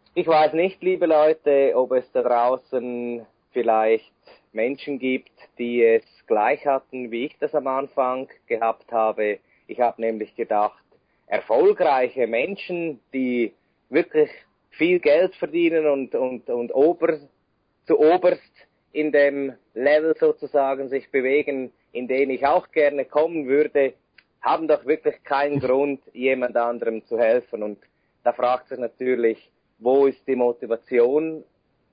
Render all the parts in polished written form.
Ich weiß nicht, liebe Leute, ob es da draußen vielleicht Menschen gibt, die es gleich hatten, wie ich das am Anfang gehabt habe. Ich habe nämlich gedacht, erfolgreiche Menschen, die wirklich viel Geld verdienen und zu oberst in dem Level sozusagen sich bewegen, in den ich auch gerne kommen würde, haben doch wirklich keinen Grund, jemand anderem zu helfen. Und da fragt sich natürlich, wo ist die Motivation?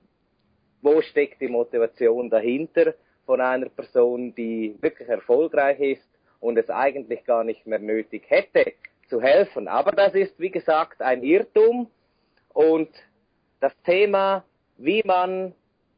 Wo steckt die Motivation dahinter von einer Person, die wirklich erfolgreich ist und es eigentlich gar nicht mehr nötig hätte, zu helfen? Aber das ist, wie gesagt, ein Irrtum. Und das Thema, wie man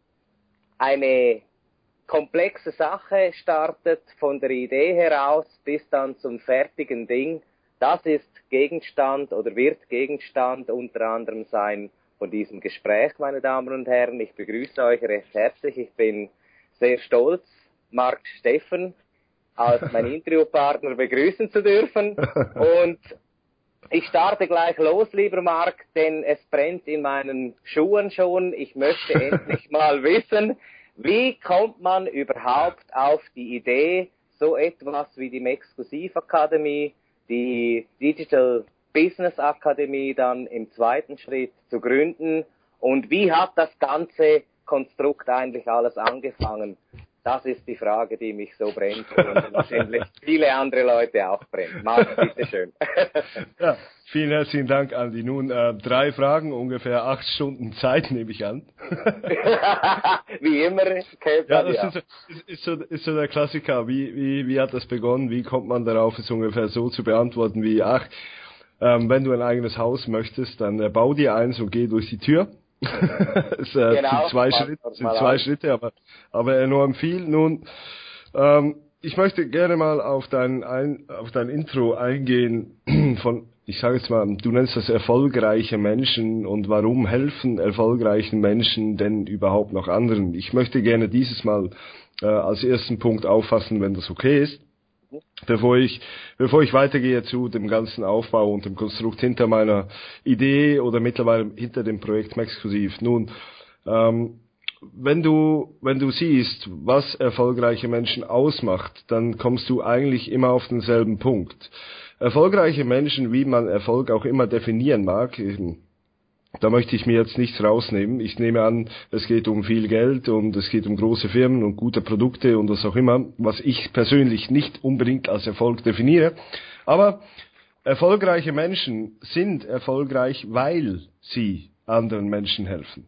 eine komplexe Sache startet, von der Idee heraus bis dann zum fertigen Ding, das ist Gegenstand oder wird Gegenstand unter anderem sein von diesem Gespräch, meine Damen und Herren. Ich begrüße euch recht herzlich. Ich bin sehr stolz, Mark Steffen als mein Interviewpartner begrüßen zu dürfen. Und ich starte gleich los, lieber Mark, denn es brennt in meinen Schuhen schon. Ich möchte endlich mal wissen, wie kommt man überhaupt auf die Idee, so etwas wie die Mexklusiv-Akademie, die Digital Business Akademie dann im zweiten Schritt zu gründen? Und wie hat das ganze Konstrukt eigentlich alles angefangen? Das ist die Frage, die mich so brennt und wahrscheinlich viele andere Leute auch brennt. Marc, bitteschön. Ja, vielen herzlichen Dank, Andi. Nun 3 Fragen, ungefähr 8 Stunden Zeit, nehme ich an. Wie immer. Ja, das ist so der Klassiker. Wie hat das begonnen? Wie kommt man darauf, es ungefähr so zu beantworten wie, wenn du ein eigenes Haus möchtest, dann bau dir eins und geh durch die Tür. Es Genau, sind zwei Schritte, aber enorm viel. Nun, ich möchte gerne mal auf dein Intro eingehen ich sage jetzt mal, du nennst das erfolgreiche Menschen und warum helfen erfolgreichen Menschen denn überhaupt noch anderen? Ich möchte gerne dieses Mal als ersten Punkt auffassen, wenn das okay ist. Bevor ich weitergehe zu dem ganzen Aufbau und dem Konstrukt hinter meiner Idee oder mittlerweile hinter dem Projekt Mexklusiv. Nun, wenn du siehst, was erfolgreiche Menschen ausmacht, dann kommst du eigentlich immer auf denselben Punkt. Erfolgreiche Menschen, wie man Erfolg auch immer definieren mag, da möchte ich mir jetzt nichts rausnehmen. Ich nehme an, es geht um viel Geld und es geht um große Firmen und gute Produkte und was auch immer, was ich persönlich nicht unbedingt als Erfolg definiere. Aber erfolgreiche Menschen sind erfolgreich, weil sie anderen Menschen helfen.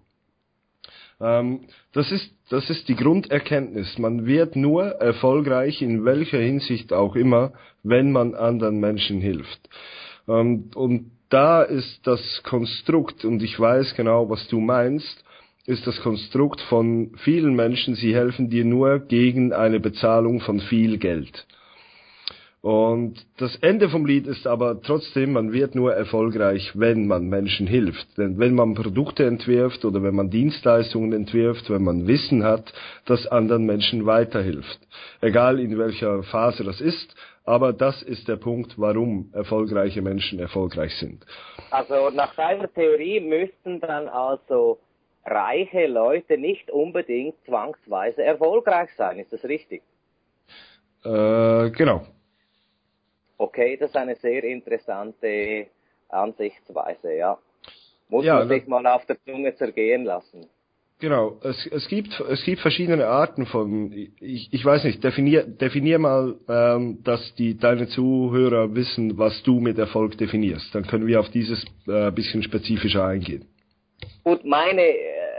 Das ist die Grunderkenntnis. Man wird nur erfolgreich, in welcher Hinsicht auch immer, wenn man anderen Menschen hilft. Und da ist das Konstrukt, und ich weiß genau, was du meinst, ist das Konstrukt von vielen Menschen, sie helfen dir nur gegen eine Bezahlung von viel Geld. Und das Ende vom Lied ist aber trotzdem, man wird nur erfolgreich, wenn man Menschen hilft. Denn wenn man Produkte entwirft oder wenn man Dienstleistungen entwirft, wenn man Wissen hat, das anderen Menschen weiterhilft. Egal in welcher Phase das ist, aber das ist der Punkt, warum erfolgreiche Menschen erfolgreich sind. Also nach deiner Theorie müssten dann also reiche Leute nicht unbedingt zwangsweise erfolgreich sein. Ist das richtig? Genau. Okay, das ist eine sehr interessante Ansichtsweise, ja. Muss man sich mal auf der Zunge zergehen lassen. Genau, es gibt verschiedene Arten von, ich weiß nicht, definier mal, dass deine Zuhörer wissen, was du mit Erfolg definierst. Dann können wir auf dieses bisschen spezifischer eingehen. Gut, meine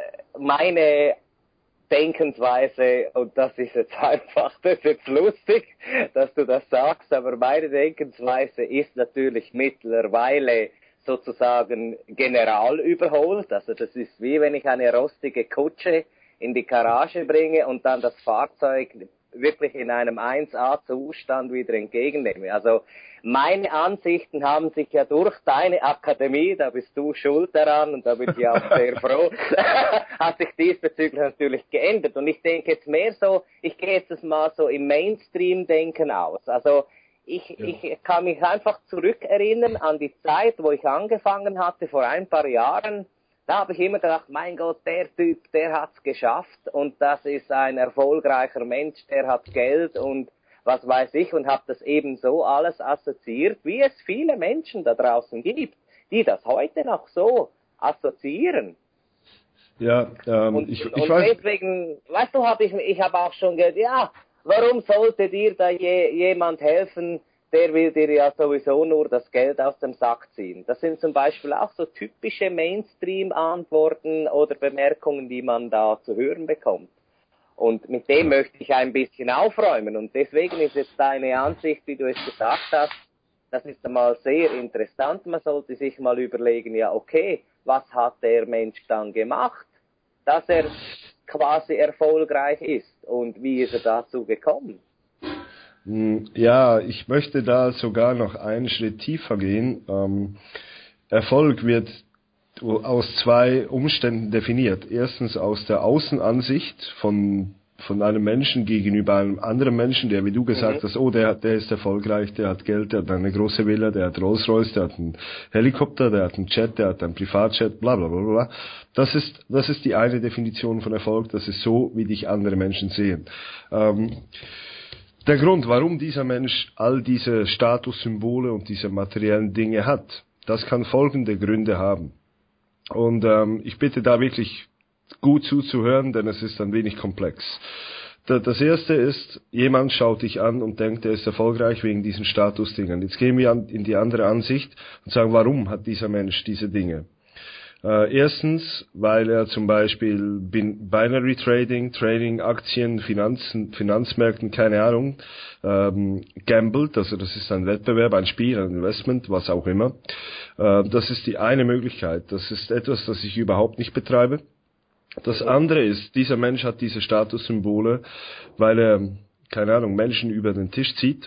Denkensweise, und das ist jetzt lustig, dass du das sagst, aber meine Denkensweise ist natürlich mittlerweile sozusagen general überholt. Also das ist wie wenn ich eine rostige Kutsche in die Garage bringe und dann das Fahrzeug wirklich in einem 1A-Zustand wieder entgegennehme. Also meine Ansichten haben sich ja durch deine Akademie, da bist du schuld daran und da bin ich auch sehr froh, hat sich diesbezüglich natürlich geändert. Und ich denke jetzt mehr so, ich gehe jetzt mal so im Mainstream-Denken aus. Also ich kann mich einfach zurückerinnern an die Zeit, wo ich angefangen hatte, vor ein paar Jahren Da habe ich immer gedacht, mein Gott, der Typ, der hat's geschafft und das ist ein erfolgreicher Mensch, der hat Geld und was weiß ich und habe das eben so alles assoziiert, wie es viele Menschen da draußen gibt, die das heute noch so assoziieren. Ja, ich weiß. Deswegen, weißt du, ich habe auch schon gedacht, ja, warum sollte dir da jemand helfen, der will dir ja sowieso nur das Geld aus dem Sack ziehen. Das sind zum Beispiel auch so typische Mainstream-Antworten oder Bemerkungen, die man da zu hören bekommt. Und mit dem möchte ich ein bisschen aufräumen. Und deswegen ist jetzt deine Ansicht, wie du es gesagt hast, das ist einmal sehr interessant. Man sollte sich mal überlegen, ja okay, was hat der Mensch dann gemacht, dass er quasi erfolgreich ist und wie ist er dazu gekommen? Ja, ich möchte da sogar noch einen Schritt tiefer gehen. Erfolg wird aus zwei Umständen definiert. Erstens aus der Außenansicht von einem Menschen gegenüber einem anderen Menschen, der, wie du gesagt hast, oh, der ist erfolgreich, der hat Geld, der hat eine große Villa, der hat Rolls-Royce, der hat einen Helikopter, der hat einen Jet, der hat einen Privatjet, bla bla bla bla. Das ist die eine Definition von Erfolg, das ist so, wie dich andere Menschen sehen. Der Grund, warum dieser Mensch all diese Statussymbole und diese materiellen Dinge hat, das kann folgende Gründe haben. Und ich bitte da wirklich gut zuzuhören, denn es ist ein wenig komplex. Das erste ist, jemand schaut dich an und denkt, er ist erfolgreich wegen diesen Statusdingen. Jetzt gehen wir in die andere Ansicht und sagen, warum hat dieser Mensch diese Dinge? Erstens, weil er zum Beispiel Binary Trading, Aktien, Finanzmärkten, keine Ahnung, gambelt, also das ist ein Wettbewerb, ein Spiel, ein Investment, was auch immer. Das ist die eine Möglichkeit. Das ist etwas, das ich überhaupt nicht betreibe. Das andere ist, dieser Mensch hat diese Statussymbole, weil er, keine Ahnung, Menschen über den Tisch zieht,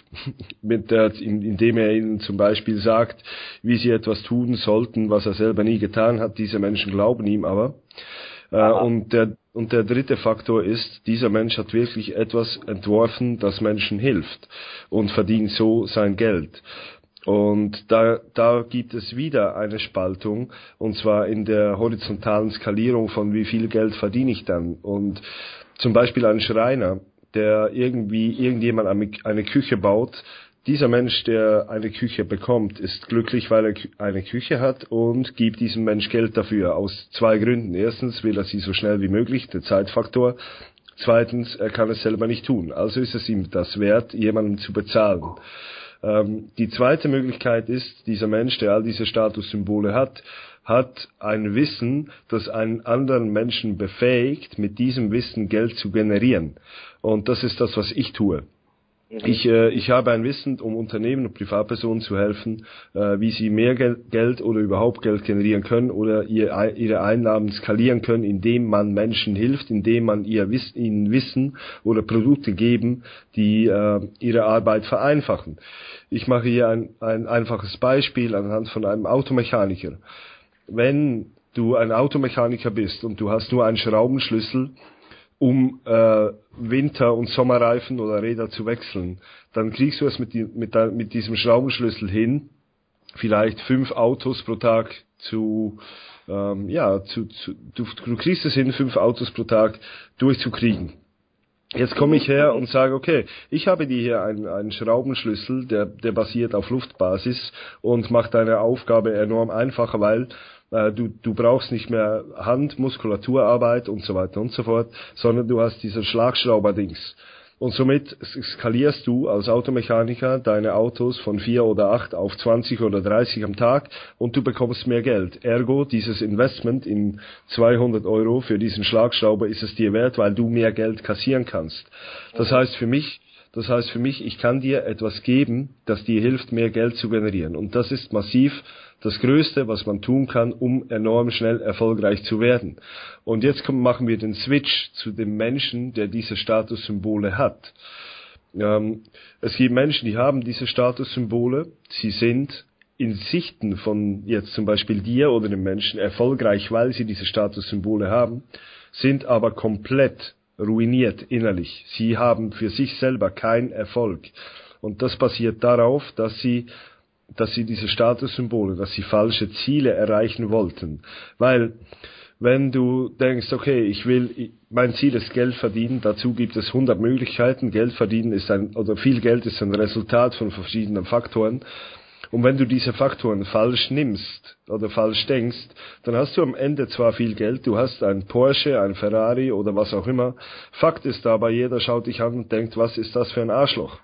indem er ihnen zum Beispiel sagt, wie sie etwas tun sollten, was er selber nie getan hat. Diese Menschen glauben ihm aber. Und der dritte Faktor ist, dieser Mensch hat wirklich etwas entworfen, das Menschen hilft und verdient so sein Geld. Und da gibt es wieder eine Spaltung, und zwar in der horizontalen Skalierung von wie viel Geld verdiene ich dann. Und zum Beispiel ein Schreiner, der irgendjemand eine Küche baut, dieser Mensch, der eine Küche bekommt, ist glücklich, weil er eine Küche hat und gibt diesem Mensch Geld dafür. Aus zwei Gründen. Erstens will er sie so schnell wie möglich, der Zeitfaktor. Zweitens, er kann es selber nicht tun. Also ist es ihm das wert, jemanden zu bezahlen. Die zweite Möglichkeit ist, dieser Mensch, der all diese Statussymbole hat ein Wissen, das einen anderen Menschen befähigt, mit diesem Wissen Geld zu generieren. Und das ist das, was ich tue. Ich habe ein Wissen, um Unternehmen und Privatpersonen zu helfen, wie sie mehr Geld oder überhaupt Geld generieren können oder ihre Einnahmen skalieren können, indem man Menschen hilft, indem man ihnen Wissen oder Produkte geben, die ihre Arbeit vereinfachen. Ich mache hier ein einfaches Beispiel anhand von einem Automechaniker. Wenn du ein Automechaniker bist und du hast nur einen Schraubenschlüssel, um Winter- und Sommerreifen oder Räder zu wechseln, dann kriegst du es mit diesem Schraubenschlüssel hin, vielleicht 5 Autos pro Tag du kriegst es hin, 5 Autos pro Tag durchzukriegen. Jetzt komme ich her und sage, okay, ich habe dir hier einen Schraubenschlüssel, der basiert auf Luftbasis und macht deine Aufgabe enorm einfacher, weil du brauchst nicht mehr Muskulaturarbeit und so weiter und so fort, sondern du hast diesen Schlagschrauberdings. Und somit skalierst du als Automechaniker deine Autos von 4 oder 8 auf 20 oder 30 am Tag und du bekommst mehr Geld. Ergo, dieses Investment in 200 Euro für diesen Schlagschrauber ist es dir wert, weil du mehr Geld kassieren kannst. Das heißt für mich, ich kann dir etwas geben, das dir hilft, mehr Geld zu generieren. Und das ist massiv das Größte, was man tun kann, um enorm schnell erfolgreich zu werden. Und jetzt machen wir den Switch zu dem Menschen, der diese Statussymbole hat. Es gibt Menschen, die haben diese Statussymbole, sie sind in Sichten von jetzt zum Beispiel dir oder dem Menschen erfolgreich, weil sie diese Statussymbole haben, sind aber komplett ruiniert innerlich. Sie haben für sich selber keinen Erfolg. Und das basiert darauf, dass sie diese Statussymbole, dass sie falsche Ziele erreichen wollten. Weil, wenn du denkst, okay, mein Ziel ist Geld verdienen, dazu gibt es 100 Möglichkeiten. Geld verdienen viel Geld ist ein Resultat von verschiedenen Faktoren. Und wenn du diese Faktoren falsch nimmst oder falsch denkst, dann hast du am Ende zwar viel Geld, du hast ein Porsche, ein Ferrari oder was auch immer. Fakt ist aber, jeder schaut dich an und denkt, was ist das für ein Arschloch?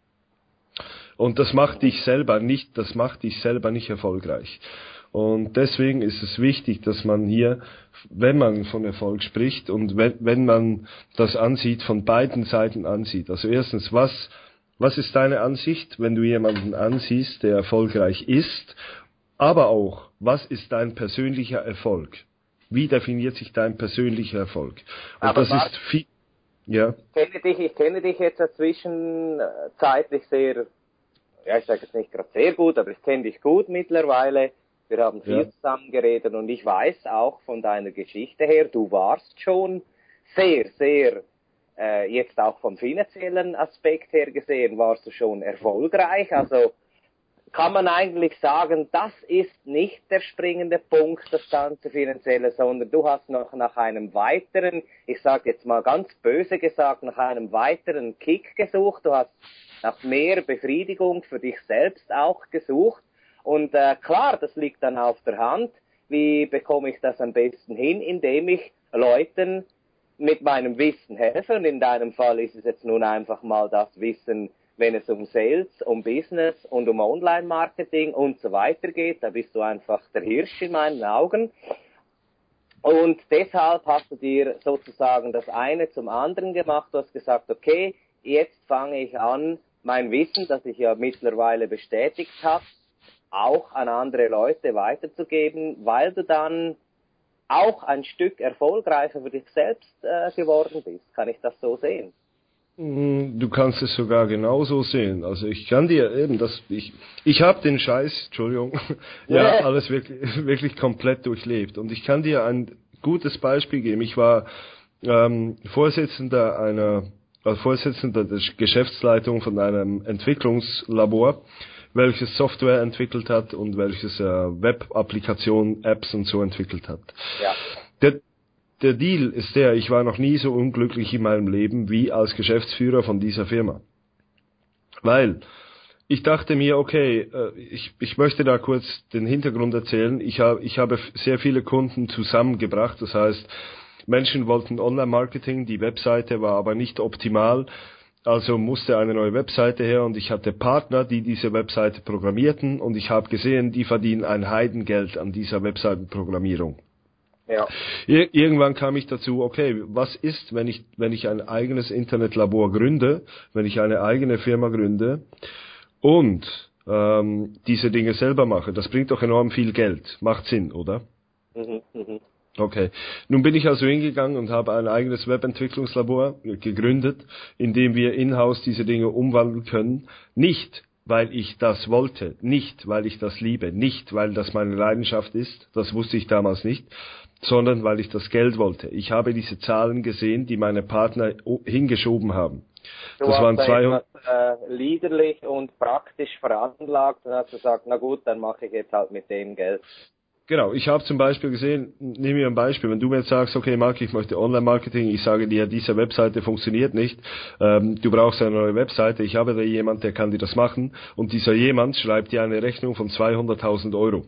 Und das macht dich selber nicht erfolgreich. Und deswegen ist es wichtig, dass man hier, wenn man von Erfolg spricht und wenn man das ansieht, von beiden Seiten ansieht. Also erstens, was ist deine Ansicht, wenn du jemanden ansiehst, der erfolgreich ist, aber auch, was ist dein persönlicher Erfolg? Wie definiert sich dein persönlicher Erfolg? Und aber das ist viel, ja. Ich kenne dich jetzt zwischenzeitlich sehr, ja, ich sage jetzt nicht gerade sehr gut, aber ich kenne dich gut mittlerweile. Wir haben viel zusammen geredet und ich weiß auch von deiner Geschichte her, du warst schon sehr, sehr jetzt auch vom finanziellen Aspekt her gesehen, warst du schon erfolgreich. Also kann man eigentlich sagen, das ist nicht der springende Punkt, das ganze Finanzielle, sondern du hast noch nach einem weiteren, ich sage jetzt mal ganz böse gesagt, nach einem weiteren Kick gesucht. Du hast nach mehr Befriedigung für dich selbst auch gesucht. Und klar, das liegt dann auf der Hand. Wie bekomme ich das am besten hin? Indem ich Leuten mit meinem Wissen helfe. Und in deinem Fall ist es jetzt nun einfach mal das Wissen, wenn es um Sales, um Business und um Online-Marketing und so weiter geht. Da bist du einfach der Hirsch in meinen Augen. Und deshalb hast du dir sozusagen das eine zum anderen gemacht. Du hast gesagt, okay, jetzt fange ich an, mein Wissen, das ich ja mittlerweile bestätigt habe, auch an andere Leute weiterzugeben, weil du dann auch ein Stück erfolgreicher für dich selbst geworden bist. Kann ich das so sehen? Du kannst es sogar genauso sehen. Also ich kann dir eben ich habe den Scheiß, Entschuldigung, ja, alles wirklich, wirklich komplett durchlebt. Und ich kann dir ein gutes Beispiel geben. Ich war Vorsitzender der Geschäftsleitung von einem Entwicklungslabor, welches Software entwickelt hat und welches Web-Applikationen, Apps und so entwickelt hat. Ja. Der Deal ist ich war noch nie so unglücklich in meinem Leben wie als Geschäftsführer von dieser Firma. Weil ich dachte mir, okay, ich möchte da kurz den Hintergrund erzählen. Ich habe sehr viele Kunden zusammengebracht. Das heißt, Menschen wollten Online-Marketing, die Webseite war aber nicht optimal. Also musste eine neue Webseite her und ich hatte Partner, die diese Webseite programmierten und ich habe gesehen, die verdienen ein Heidengeld an dieser Webseitenprogrammierung. Ja. Irgendwann kam ich dazu, okay, was ist, wenn ich ein eigenes Internetlabor gründe, wenn ich eine eigene Firma gründe und diese Dinge selber mache? Das bringt doch enorm viel Geld. Macht Sinn, oder? Okay. Nun bin ich also hingegangen und habe ein eigenes Webentwicklungslabor gegründet, in dem wir in-house diese Dinge umwandeln können. Nicht, weil ich das wollte, nicht, weil ich das liebe, nicht, weil das meine Leidenschaft ist, das wusste ich damals nicht, sondern weil ich das Geld wollte. Ich habe diese Zahlen gesehen, die meine Partner hingeschoben haben. Du das waren 200 liederlich und praktisch veranlagt und hast gesagt, na gut, dann mache ich jetzt halt mit dem Geld. Genau, ich habe zum Beispiel gesehen, nehmen wir ein Beispiel, wenn du mir jetzt sagst, okay Marc, ich möchte Online-Marketing, ich sage dir, diese Webseite funktioniert nicht, du brauchst eine neue Webseite, ich habe da jemand, der kann dir das machen und dieser jemand schreibt dir eine Rechnung von 200.000 Euro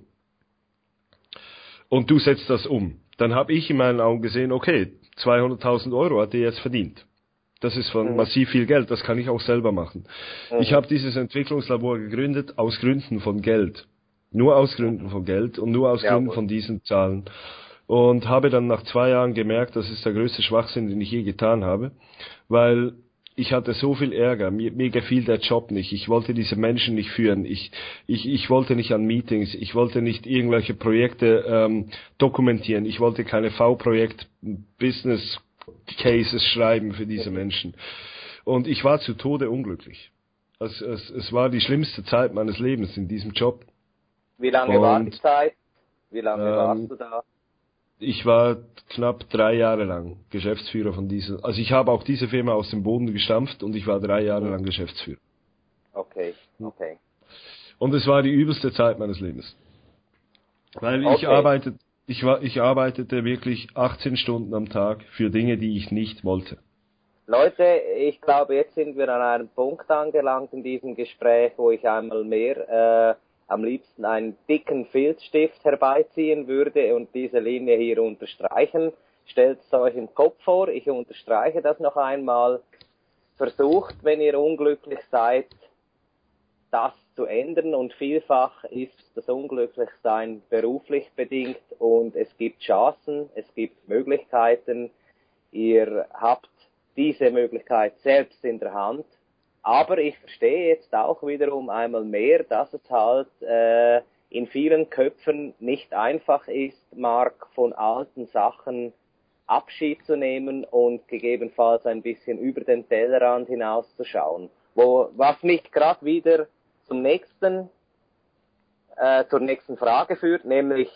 und du setzt das um. Dann habe ich in meinen Augen gesehen, okay, 200.000 Euro hat er jetzt verdient. Das ist von massiv viel Geld, das kann ich auch selber machen. Ich habe dieses Entwicklungslabor gegründet aus Gründen von Geld. Nur aus Gründen von Geld und nur aus Gründen von diesen Zahlen. Und habe dann nach 2 Jahren gemerkt, das ist der größte Schwachsinn, den ich je getan habe, weil ich hatte so viel Ärger, mir gefiel der Job nicht, ich wollte diese Menschen nicht führen, ich wollte nicht an Meetings, ich wollte nicht irgendwelche Projekte dokumentieren, ich wollte keine V-Projekt-Business Cases schreiben für diese Menschen. Und ich war zu Tode unglücklich. Es war die schlimmste Zeit meines Lebens in diesem Job. Wie lange war die Zeit? Wie lange warst du da? Ich war knapp 3 Jahre lang Geschäftsführer von dieser. Also ich habe auch diese Firma aus dem Boden gestampft und ich war 3 Jahre lang Geschäftsführer. Okay. Und es war die übelste Zeit meines Lebens. Weil ich arbeitete wirklich 18 Stunden am Tag für Dinge, die ich nicht wollte. Leute, ich glaube, jetzt sind wir an einem Punkt angelangt in diesem Gespräch, wo ich einmal mehr am liebsten einen dicken Filzstift herbeiziehen würde und diese Linie hier unterstreichen. Stellt es euch im Kopf vor, ich unterstreiche das noch einmal. Versucht, wenn ihr unglücklich seid, das zu ändern, und vielfach ist das Unglücklichsein beruflich bedingt und es gibt Chancen, es gibt Möglichkeiten, ihr habt diese Möglichkeit selbst in der Hand, aber ich verstehe jetzt auch wiederum einmal mehr, dass es halt in vielen Köpfen nicht einfach ist, Mark, von alten Sachen Abschied zu nehmen und gegebenenfalls ein bisschen über den Tellerrand hinauszuschauen. Was mich gerade wieder zur nächsten Frage führt, nämlich,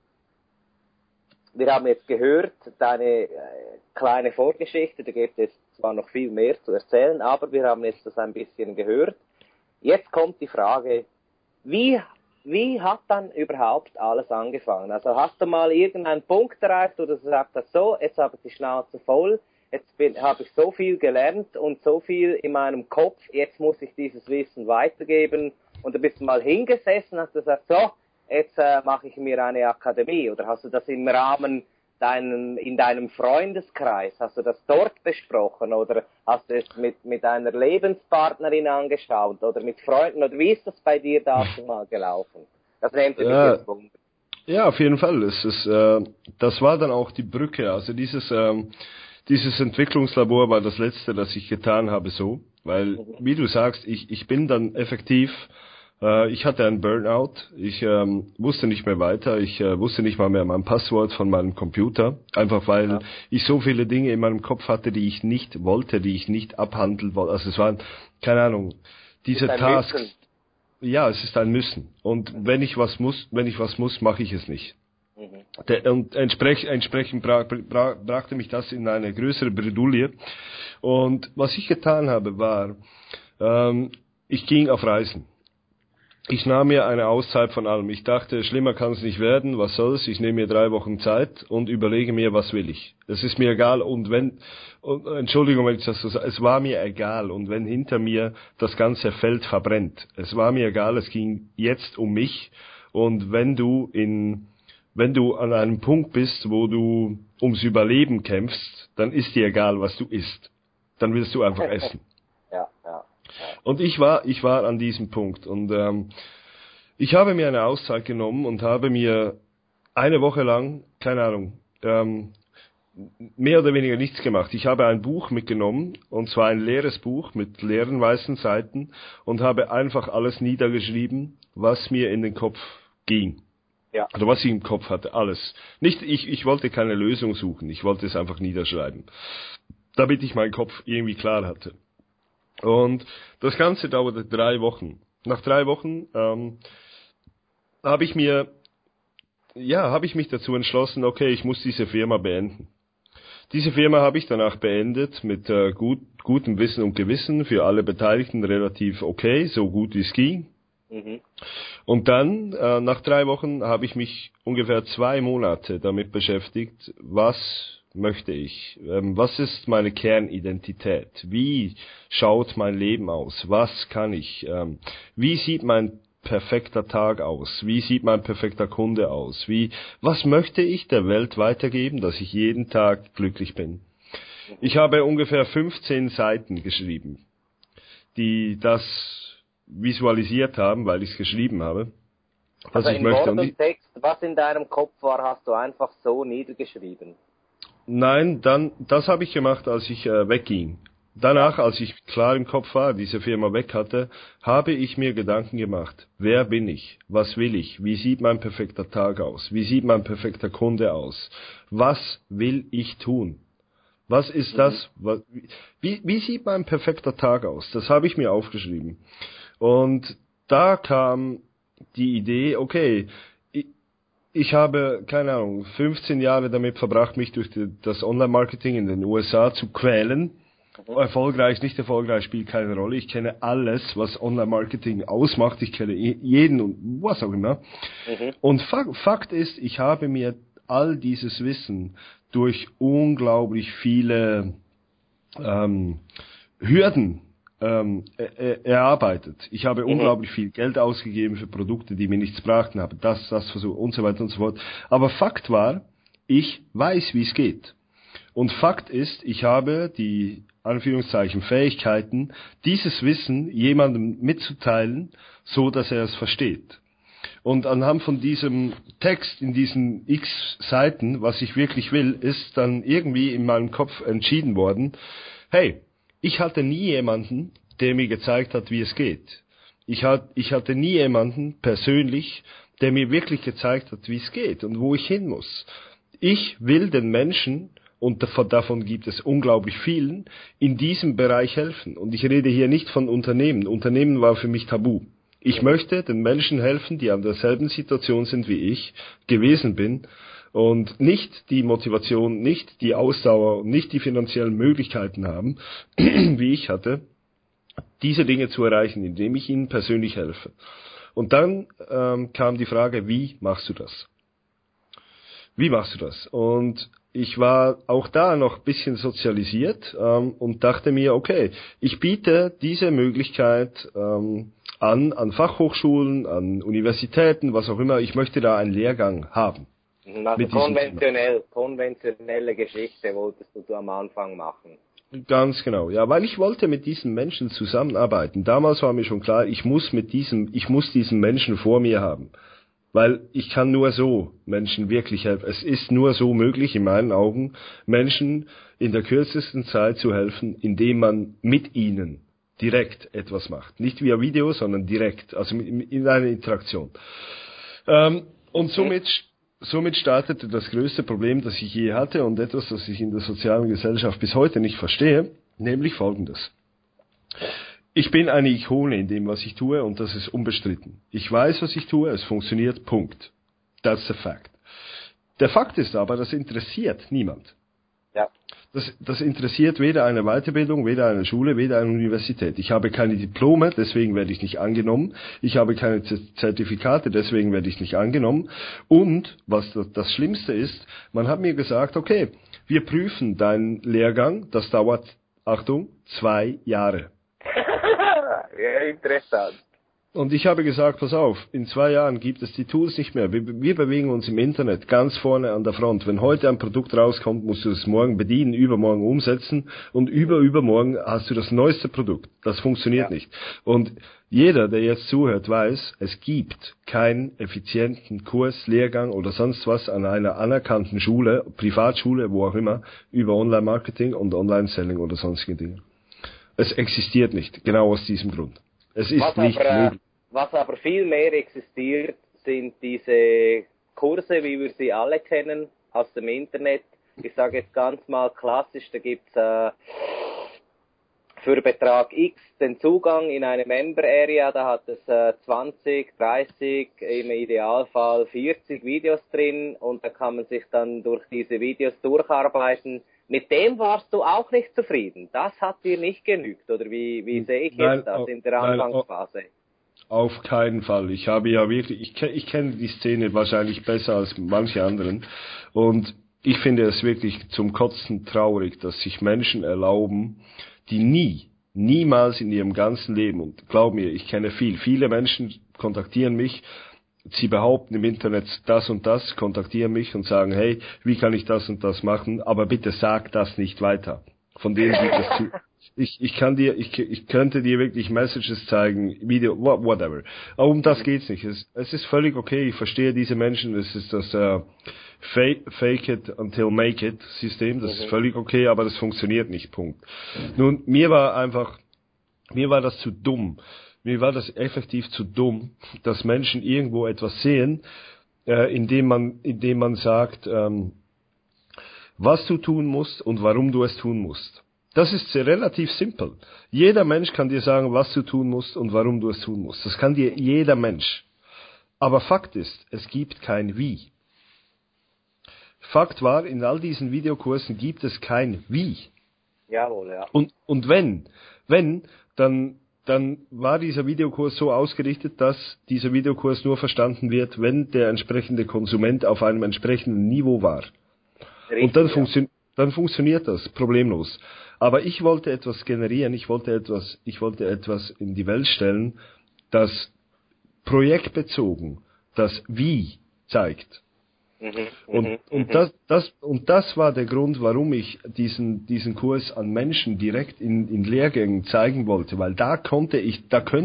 wir haben jetzt gehört, deine kleine Vorgeschichte, da gibt es zwar noch viel mehr zu erzählen, aber wir haben jetzt das ein bisschen gehört. Jetzt kommt die Frage, wie hat dann überhaupt alles angefangen? Also hast du mal irgendeinen Punkt erreicht, wo du gesagt hast, so, jetzt habe ich die Schnauze voll, jetzt habe ich so viel gelernt und so viel in meinem Kopf, jetzt muss ich dieses Wissen weitergeben, und du bist mal hingesessen, hast gesagt, so, jetzt mache ich mir eine Akademie, oder hast du das im Rahmen in deinem Freundeskreis, hast du das dort besprochen, oder hast du es mit deiner Lebenspartnerin angeschaut oder mit Freunden, oder wie ist das bei dir dazu mal gelaufen? Das nimmt mich jetzt Wunder. Ja, auf jeden Fall. Das war dann auch die Brücke. Also dieses Entwicklungslabor war das letzte, das ich getan habe, so, weil, wie du sagst, ich bin dann effektiv. Ich hatte einen Burnout, ich wusste nicht mehr weiter, ich wusste nicht mal mehr mein Passwort von meinem Computer, einfach weil ich so viele Dinge in meinem Kopf hatte, die ich nicht wollte, die ich nicht abhandeln wollte. Also es waren, keine Ahnung, diese Tasks. Müssen. Ja, es ist ein Müssen. Und wenn ich was muss, mache ich es nicht. Und entsprechend brachte mich das in eine größere Bredouille. Und was ich getan habe, war, ich ging auf Reisen. Ich nahm mir eine Auszeit von allem. Ich dachte, schlimmer kann es nicht werden, was soll's? Ich nehme mir 3 Wochen Zeit und überlege mir, was will ich. Es ist mir egal, und Entschuldigung, wenn ich das so sage, es war mir egal, und wenn hinter mir das ganze Feld verbrennt, es war mir egal, es ging jetzt um mich, und wenn du an einem Punkt bist, wo du ums Überleben kämpfst, dann ist dir egal, was du isst. Dann willst du einfach essen. Ja. Und ich war an diesem Punkt, und ich habe mir eine Auszeit genommen und habe mir eine Woche lang, keine Ahnung, mehr oder weniger nichts gemacht. Ich habe ein Buch mitgenommen, und zwar ein leeres Buch mit leeren weißen Seiten, und habe einfach alles niedergeschrieben, was mir in den Kopf ging. Ja. Also was ich im Kopf hatte, alles. Ich wollte keine Lösung suchen, ich wollte es einfach niederschreiben, damit ich meinen Kopf irgendwie klar hatte. Und das Ganze dauerte 3 Wochen. Nach 3 Wochen habe ich mich dazu entschlossen, okay, ich muss diese Firma beenden. Diese Firma habe ich danach beendet mit gutem Wissen und Gewissen, für alle Beteiligten relativ okay, so gut wie es ging. Und dann, nach 3 Wochen, habe ich mich ungefähr 2 Monate damit beschäftigt, was möchte ich? Was ist meine Kernidentität? Wie schaut mein Leben aus? Was kann ich? Wie sieht mein perfekter Tag aus? Wie sieht mein perfekter Kunde aus? Was möchte ich der Welt weitergeben, dass ich jeden Tag glücklich bin? Ich habe ungefähr 15 Seiten geschrieben, die das visualisiert haben, weil ich es geschrieben habe. Also in Wort und Text, was in deinem Kopf war, hast du einfach so niedergeschrieben? Nein, das habe ich gemacht, als ich wegging. Danach, als ich klar im Kopf war, diese Firma weg hatte, habe ich mir Gedanken gemacht. Wer bin ich? Was will ich? Wie sieht mein perfekter Tag aus? Wie sieht mein perfekter Kunde aus? Was will ich tun? Was ist das? Wie sieht mein perfekter Tag aus? Das habe ich mir aufgeschrieben. Und da kam die Idee, okay, ich habe, keine Ahnung, 15 Jahre damit verbracht, mich durch das Online-Marketing in den USA zu quälen. Erfolgreich, nicht erfolgreich spielt keine Rolle. Ich kenne alles, was Online-Marketing ausmacht. Ich kenne jeden und was auch immer. Und Fakt ist, ich habe mir all dieses Wissen durch unglaublich viele Hürden erarbeitet. Ich habe unglaublich viel Geld ausgegeben für Produkte, die mir nichts brachten, habe das versucht und so weiter und so fort. Aber Fakt war, ich weiß, wie es geht. Und Fakt ist, ich habe die Anführungszeichen Fähigkeiten, dieses Wissen jemandem mitzuteilen, so dass er es versteht. Und anhand von diesem Text in diesen x Seiten, was ich wirklich will, ist dann irgendwie in meinem Kopf entschieden worden, hey, ich hatte nie jemanden, der mir gezeigt hat, wie es geht. Ich hatte nie jemanden persönlich, der mir wirklich gezeigt hat, wie es geht und wo ich hin muss. Ich will den Menschen, und davon gibt es unglaublich vielen, in diesem Bereich helfen. Und ich rede hier nicht von Unternehmen. Unternehmen war für mich tabu. Ich möchte den Menschen helfen, die an derselben Situation sind wie ich gewesen bin und nicht die Motivation, nicht die Ausdauer, nicht die finanziellen Möglichkeiten haben, wie ich hatte, diese Dinge zu erreichen, indem ich ihnen persönlich helfe. Und dann kam die Frage, wie machst du das? Wie machst du das? Und ich war auch da noch ein bisschen sozialisiert und dachte mir, okay, ich biete diese Möglichkeit an Fachhochschulen, an Universitäten, was auch immer. Ich möchte da einen Lehrgang haben. Also konventionelle Geschichte wolltest du am Anfang machen. Ganz genau, ja, weil ich wollte mit diesen Menschen zusammenarbeiten. Damals war mir schon klar, ich muss diesen Menschen vor mir haben. Weil ich kann nur so Menschen wirklich helfen. Es ist nur so möglich, in meinen Augen, Menschen in der kürzesten Zeit zu helfen, indem man mit ihnen direkt etwas macht. Nicht via Video, sondern direkt, also in einer Interaktion. Und somit startete das größte Problem, das ich je hatte und etwas, das ich in der sozialen Gesellschaft bis heute nicht verstehe, nämlich Folgendes. Ich bin eine Ikone in dem, was ich tue, und das ist unbestritten. Ich weiß, was ich tue, es funktioniert, Punkt. That's the fact. Der Fakt ist aber, das interessiert niemand. Ja. Das interessiert weder eine Weiterbildung, weder eine Schule, weder eine Universität. Ich habe keine Diplome, deswegen werde ich nicht angenommen. Ich habe keine Zertifikate, deswegen werde ich nicht angenommen. Und, was das Schlimmste ist, man hat mir gesagt, okay, wir prüfen deinen Lehrgang, das dauert, Achtung, 2 Jahre. Ja, interessant. Und ich habe gesagt, pass auf, in 2 Jahren gibt es die Tools nicht mehr. Wir bewegen uns im Internet ganz vorne an der Front. Wenn heute ein Produkt rauskommt, musst du es morgen bedienen, übermorgen umsetzen und übermorgen hast du das neueste Produkt. Das funktioniert nicht. Und jeder, der jetzt zuhört, weiß, es gibt keinen effizienten Kurs, Lehrgang oder sonst was an einer anerkannten Schule, Privatschule, wo auch immer, über Online-Marketing und Online-Selling oder sonstige Dinge. Es existiert nicht, genau aus diesem Grund. Es ist nicht möglich. Was aber viel mehr existiert, sind diese Kurse, wie wir sie alle kennen, aus dem Internet. Ich sage jetzt ganz mal klassisch, da gibt's für Betrag X den Zugang in eine Member Area, da hat es 20, 30, im Idealfall 40 Videos drin und da kann man sich dann durch diese Videos durcharbeiten. Mit dem warst du auch nicht zufrieden. Das hat dir nicht genügt, oder wie sehe ich jetzt das in der Anfangsphase? Auf keinen Fall. Ich habe ja wirklich, ich kenne die Szene wahrscheinlich besser als manche anderen und ich finde es wirklich zum Kotzen traurig, dass sich Menschen erlauben, die niemals in ihrem ganzen Leben, und glaub mir, ich kenne viele Menschen kontaktieren mich, sie behaupten im Internet das und das, kontaktieren mich und sagen, hey, wie kann ich das und das machen, aber bitte sag das nicht weiter. Von denen gibt es zu. Ich könnte dir wirklich Messages zeigen, Video, whatever. Aber um das geht's nicht. Es ist völlig okay, ich verstehe diese Menschen, es ist das Fake it until make it System, das ist völlig okay, aber das funktioniert nicht, Punkt. Nun, mir war das zu dumm. Mir war das effektiv zu dumm, dass Menschen irgendwo etwas sehen, indem man sagt, was du tun musst und warum du es tun musst. Das ist relativ simpel. Jeder Mensch kann dir sagen, was du tun musst und warum du es tun musst. Das kann dir jeder Mensch. Aber Fakt ist, es gibt kein Wie. Fakt war, in all diesen Videokursen gibt es kein Wie. Jawohl, ja. Und wenn, dann war dieser Videokurs so ausgerichtet, dass dieser Videokurs nur verstanden wird, wenn der entsprechende Konsument auf einem entsprechenden Niveau war. Richtig, und dann funktioniert das problemlos. Aber ich wollte etwas generieren, ich wollte etwas in die Welt stellen, das projektbezogen das Wie zeigt. Und das war der Grund, warum ich diesen Kurs an Menschen direkt in Lehrgängen zeigen wollte, weil da könnte ich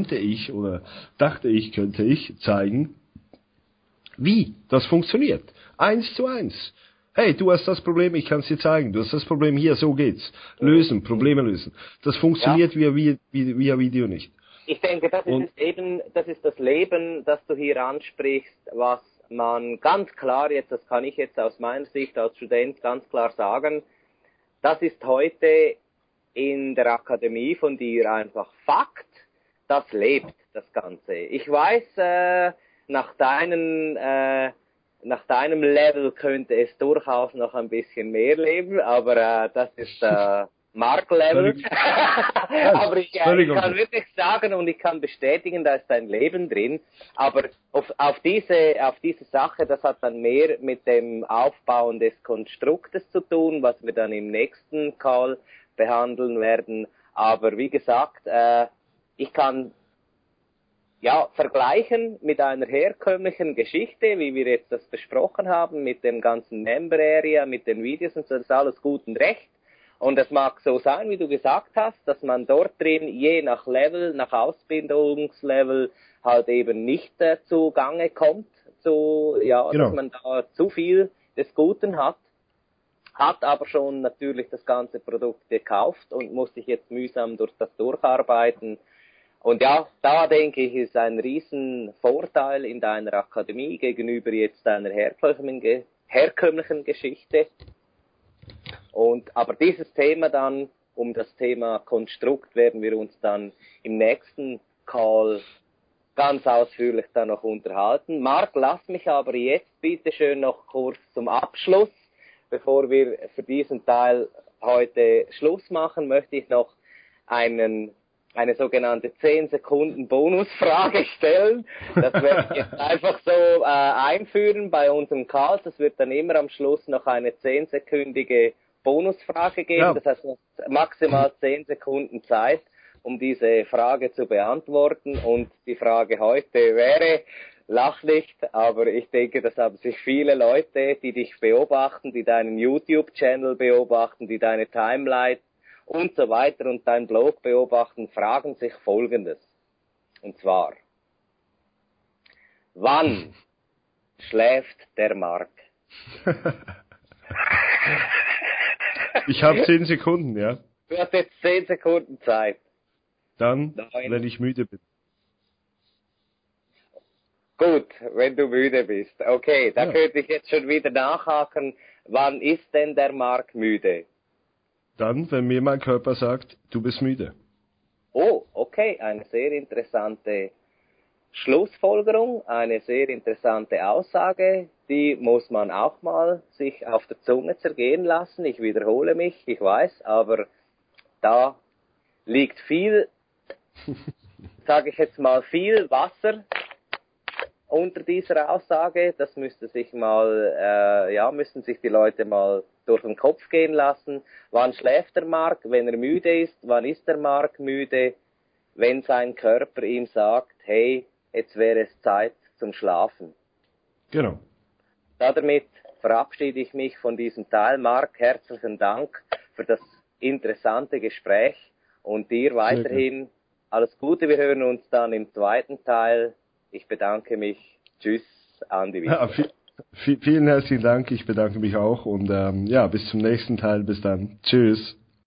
zeigen, wie das funktioniert. 1:1. Hey, du hast das Problem, ich kann es dir zeigen. Du hast das Problem hier, so geht's. Probleme lösen. Das funktioniert via Video nicht. Ich denke, das ist das Leben, das du hier ansprichst, was man ganz klar das kann ich jetzt aus meiner Sicht als Student ganz klar sagen, das ist heute in der Akademie von dir einfach Fakt, das lebt, das Ganze. Ich weiß, nach deinem Level könnte es durchaus noch ein bisschen mehr leben, aber das ist Mark-Level. Aber ich kann wirklich sagen und ich kann bestätigen, da ist ein Leben drin. Aber auf diese Sache, das hat dann mehr mit dem Aufbauen des Konstruktes zu tun, was wir dann im nächsten Call behandeln werden. Aber wie gesagt, ich kann vergleichen mit einer herkömmlichen Geschichte, wie wir jetzt das besprochen haben, mit dem ganzen Member Area, mit den Videos und so, das ist alles gut und recht. Und es mag so sein, wie du gesagt hast, dass man dort drin je nach Level, nach Ausbildungslevel halt eben nicht zugange kommt, dass man da zu viel des Guten hat aber schon natürlich das ganze Produkt gekauft und muss sich jetzt mühsam durch das durcharbeiten. Und ja, da denke ich, ist ein riesen Vorteil in deiner Akademie gegenüber jetzt deiner herkömmlichen Geschichte. Aber dieses Thema dann, um das Thema Konstrukt, werden wir uns dann im nächsten Call ganz ausführlich dann noch unterhalten. Marc, lass mich aber jetzt bitte schön noch kurz zum Abschluss, bevor wir für diesen Teil heute Schluss machen, möchte ich noch eine sogenannte 10 Sekunden Bonusfrage stellen. Das werde ich jetzt einfach so einführen bei unserem Call. Es wird dann immer am Schluss noch eine 10-sekündige Bonusfrage geben. Ja. Das heißt maximal 10 Sekunden Zeit, um diese Frage zu beantworten. Und die Frage heute wäre, lach nicht, aber ich denke, das haben sich viele Leute, die dich beobachten, die deinen YouTube-Channel beobachten, die deine Timeline und so weiter und dein Blog beobachten, fragen sich Folgendes. Und zwar, wann schläft der Marc? Ich habe 10 Sekunden, ja. Du hast jetzt 10 Sekunden Zeit. Dann, wenn ich müde bin. Gut, wenn du müde bist. Okay, da könnte ich jetzt schon wieder nachhaken. Wann ist denn der Marc müde? Dann, wenn mir mein Körper sagt, du bist müde. Oh, okay, eine sehr interessante Schlussfolgerung, eine sehr interessante Aussage, die muss man auch mal sich auf der Zunge zergehen lassen. Ich wiederhole mich, ich weiß, aber da liegt viel, sage ich jetzt mal, viel Wasser unter dieser Aussage. Das müsste sich müssten sich die Leute mal durch den Kopf gehen lassen. Wann schläft der Marc? Wenn er müde ist. Wann ist der Marc müde? Wenn sein Körper ihm sagt, hey, jetzt wäre es Zeit zum Schlafen. Genau. Damit verabschiede ich mich von diesem Teil. Marc, herzlichen Dank für das interessante Gespräch und dir weiterhin alles Gute. Wir hören uns dann im zweiten Teil. Ich bedanke mich. Tschüss, Andi. Ja, vielen herzlichen Dank. Ich bedanke mich auch und bis zum nächsten Teil. Bis dann. Tschüss.